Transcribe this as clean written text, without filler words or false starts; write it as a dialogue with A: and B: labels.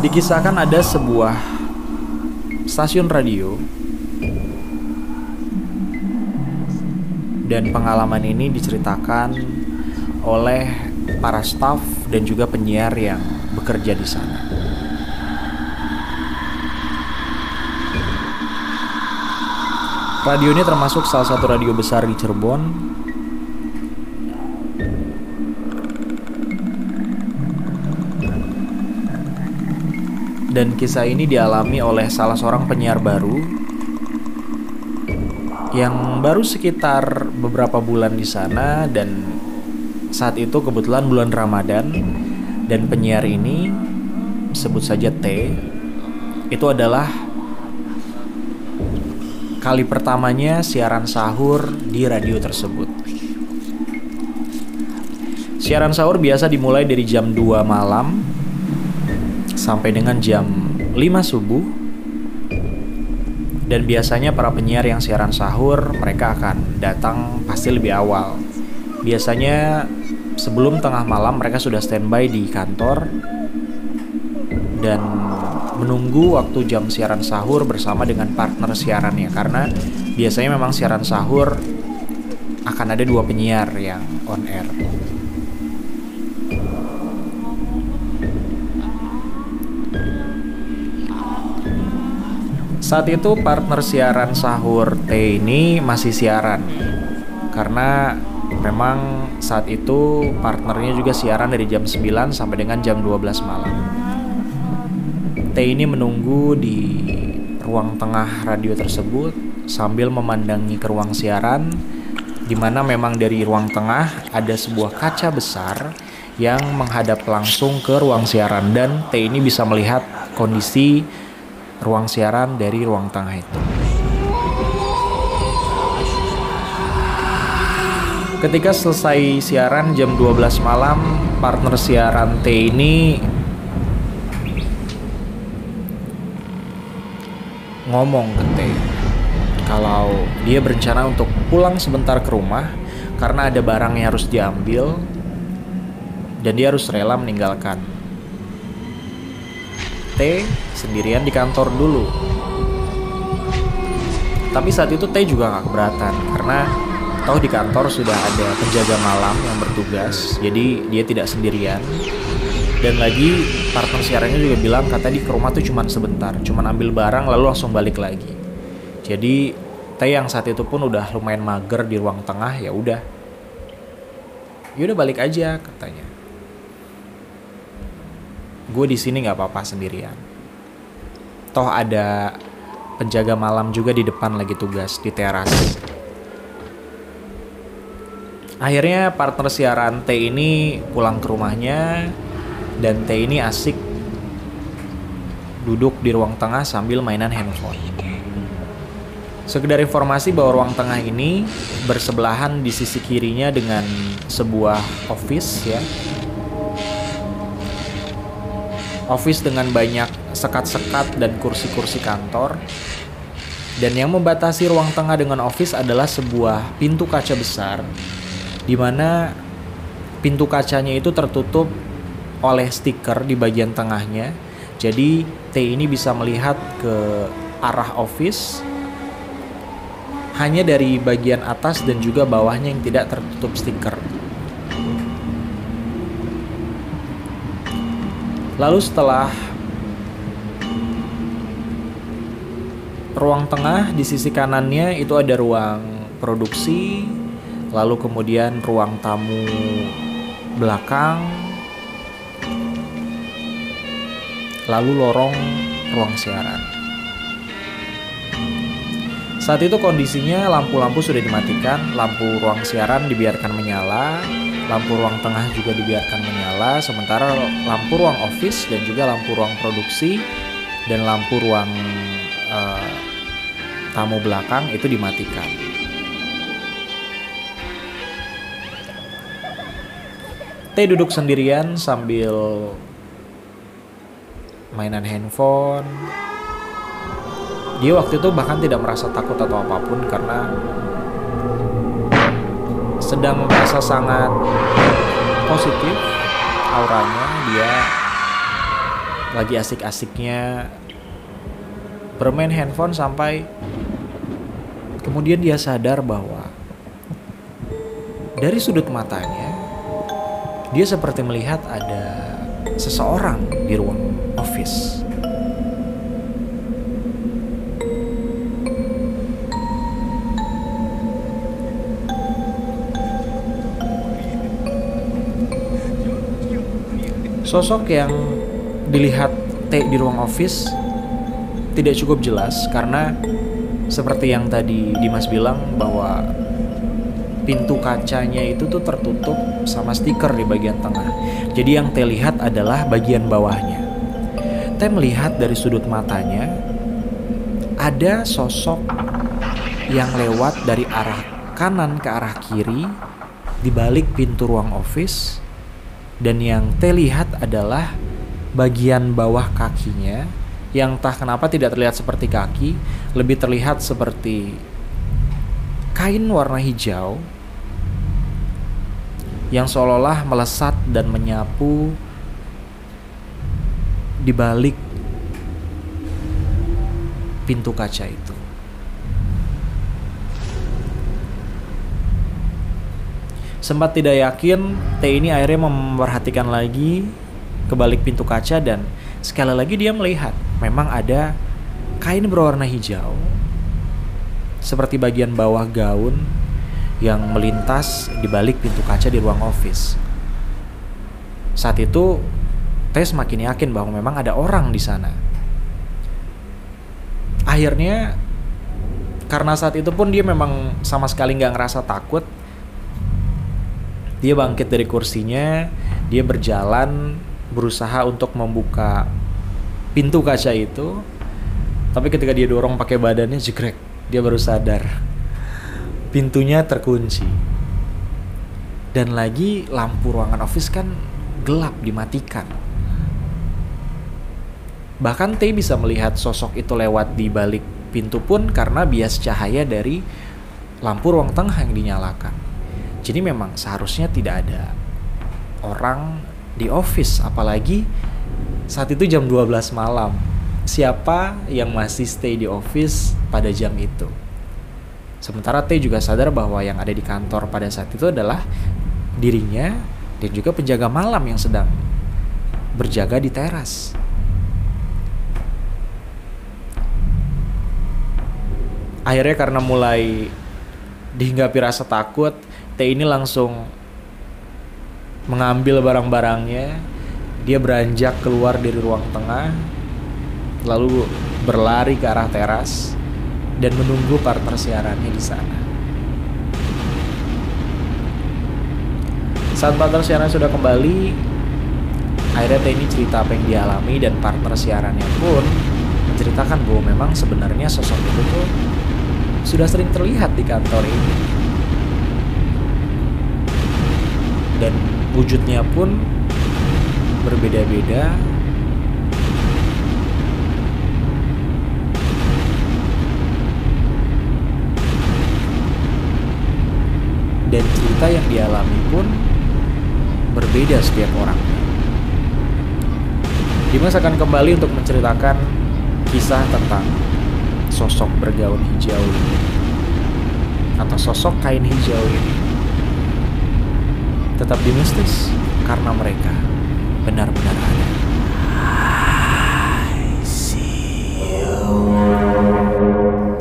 A: Dikisahkan ada sebuah stasiun radio, dan pengalaman ini diceritakan oleh para staf dan juga penyiar yang bekerja di sana. Radio ini termasuk salah satu radio besar di Cirebon. Dan kisah ini dialami oleh salah seorang penyiar baru yang baru sekitar beberapa bulan di sana, dan saat itu kebetulan bulan Ramadan, dan penyiar ini, sebut saja T, itu adalah kali pertamanya siaran sahur di radio tersebut. Siaran sahur biasa dimulai dari jam 2 malam sampai dengan jam 5 subuh. Dan biasanya para penyiar yang siaran sahur, mereka akan datang pasti lebih awal. Biasanya sebelum tengah malam mereka sudah standby di kantor dan menunggu waktu jam siaran sahur bersama dengan partner siarannya. Karena biasanya memang siaran sahur akan ada 2 penyiar yang on air. Saat itu partner siaran sahur T ini masih siaran, karena memang saat itu partnernya juga siaran dari jam 9 sampai dengan jam 12 malam. T ini menunggu di ruang tengah radio tersebut sambil memandangi ke ruang siaran, di mana memang dari ruang tengah ada sebuah kaca besar yang menghadap langsung ke ruang siaran, dan T ini bisa melihat kondisi ruang siaran dari ruang tengah itu. Ketika selesai siaran jam 12 malam, partner siaran T ini ngomong ke T kalau dia berencana untuk pulang sebentar ke rumah karena ada barang yang harus diambil dan dia harus rela meninggalkan T sendirian di kantor dulu. Tapi saat itu T juga gak keberatan, karena tahu di kantor sudah ada penjaga malam yang bertugas, jadi dia tidak sendirian. Dan lagi partner siarannya juga bilang kata di ke rumah tuh cuman sebentar, cuman ambil barang lalu langsung balik lagi. Jadi T yang saat itu pun udah lumayan mager di ruang tengah, ya udah balik aja katanya. Gue di sini nggak apa-apa sendirian. Toh ada penjaga malam juga di depan lagi tugas di teras. Akhirnya partner siaran T ini pulang ke rumahnya, dan T ini asik duduk di ruang tengah sambil mainan handphone. Sekedar informasi bahwa ruang tengah ini bersebelahan di sisi kirinya dengan sebuah office ya. Office dengan banyak sekat-sekat dan kursi-kursi kantor. Dan yang membatasi ruang tengah dengan office adalah sebuah pintu kaca besar, di mana pintu kacanya itu tertutup oleh stiker di bagian tengahnya. Jadi T ini bisa melihat ke arah office hanya dari bagian atas dan juga bawahnya yang tidak tertutup stiker. Lalu setelah ruang tengah, di sisi kanannya itu ada ruang produksi, lalu kemudian ruang tamu belakang, lalu lorong ruang siaran. Saat itu kondisinya lampu-lampu sudah dimatikan, lampu ruang siaran dibiarkan menyala, lampu ruang tengah juga dibiarkan menyala, sementara lampu ruang office dan juga lampu ruang produksi dan lampu ruang tamu belakang itu dimatikan. T duduk sendirian sambil mainan handphone. Dia waktu itu bahkan tidak merasa takut atau apapun karena sedang merasa sangat positif auranya. Dia lagi asik-asiknya bermain handphone sampai kemudian dia sadar bahwa dari sudut matanya dia seperti melihat ada seseorang di ruang office. Sosok yang dilihat T di ruang office tidak cukup jelas karena seperti yang tadi Dimas bilang bahwa pintu kacanya itu tuh tertutup sama stiker di bagian tengah. Jadi yang T lihat adalah bagian bawahnya. T melihat dari sudut matanya ada sosok yang lewat dari arah kanan ke arah kiri di balik pintu ruang office. Dan yang T lihat adalah bagian bawah kakinya yang entah kenapa tidak terlihat seperti kaki, lebih terlihat seperti kain warna hijau yang seolah-olah melesat dan menyapu di balik pintu kaca itu. Sempat tidak yakin, T ini akhirnya memperhatikan lagi ke balik pintu kaca dan sekali lagi dia melihat memang ada kain berwarna hijau seperti bagian bawah gaun yang melintas di balik pintu kaca di ruang office. Saat itu T semakin yakin bahwa memang ada orang di sana. Akhirnya karena saat itu pun dia memang sama sekali nggak ngerasa takut, dia bangkit dari kursinya, dia berjalan berusaha untuk membuka pintu kaca itu. Tapi ketika dia dorong pakai badannya, jegrek, dia baru sadar pintunya terkunci. Dan lagi lampu ruangan office kan gelap, dimatikan. Bahkan T bisa melihat sosok itu lewat di balik pintu pun karena bias cahaya dari lampu ruang tengah yang dinyalakan. Jadi memang seharusnya tidak ada orang di office, apalagi saat itu jam 12 malam. Siapa yang masih stay di office pada jam itu? Sementara T juga sadar bahwa yang ada di kantor pada saat itu adalah dirinya dan juga penjaga malam yang sedang berjaga di teras. Akhirnya karena mulai dihinggapi rasa takut, T ini langsung mengambil barang-barangnya. Dia beranjak keluar dari ruang tengah, lalu berlari ke arah teras dan menunggu partner siarannya di sana. Saat partner siaran sudah kembali, akhirnya T ini cerita apa yang dialami dan partner siarannya pun menceritakan bahwa memang sebenarnya sosok itu tuh sudah sering terlihat di kantor ini. Dan wujudnya pun berbeda-beda. Dan cerita yang dialami pun berbeda setiap orang. Dimas akan kembali untuk menceritakan kisah tentang sosok bergaun hijau ini, atau sosok kain hijau ini. Tetap di Mistis karena mereka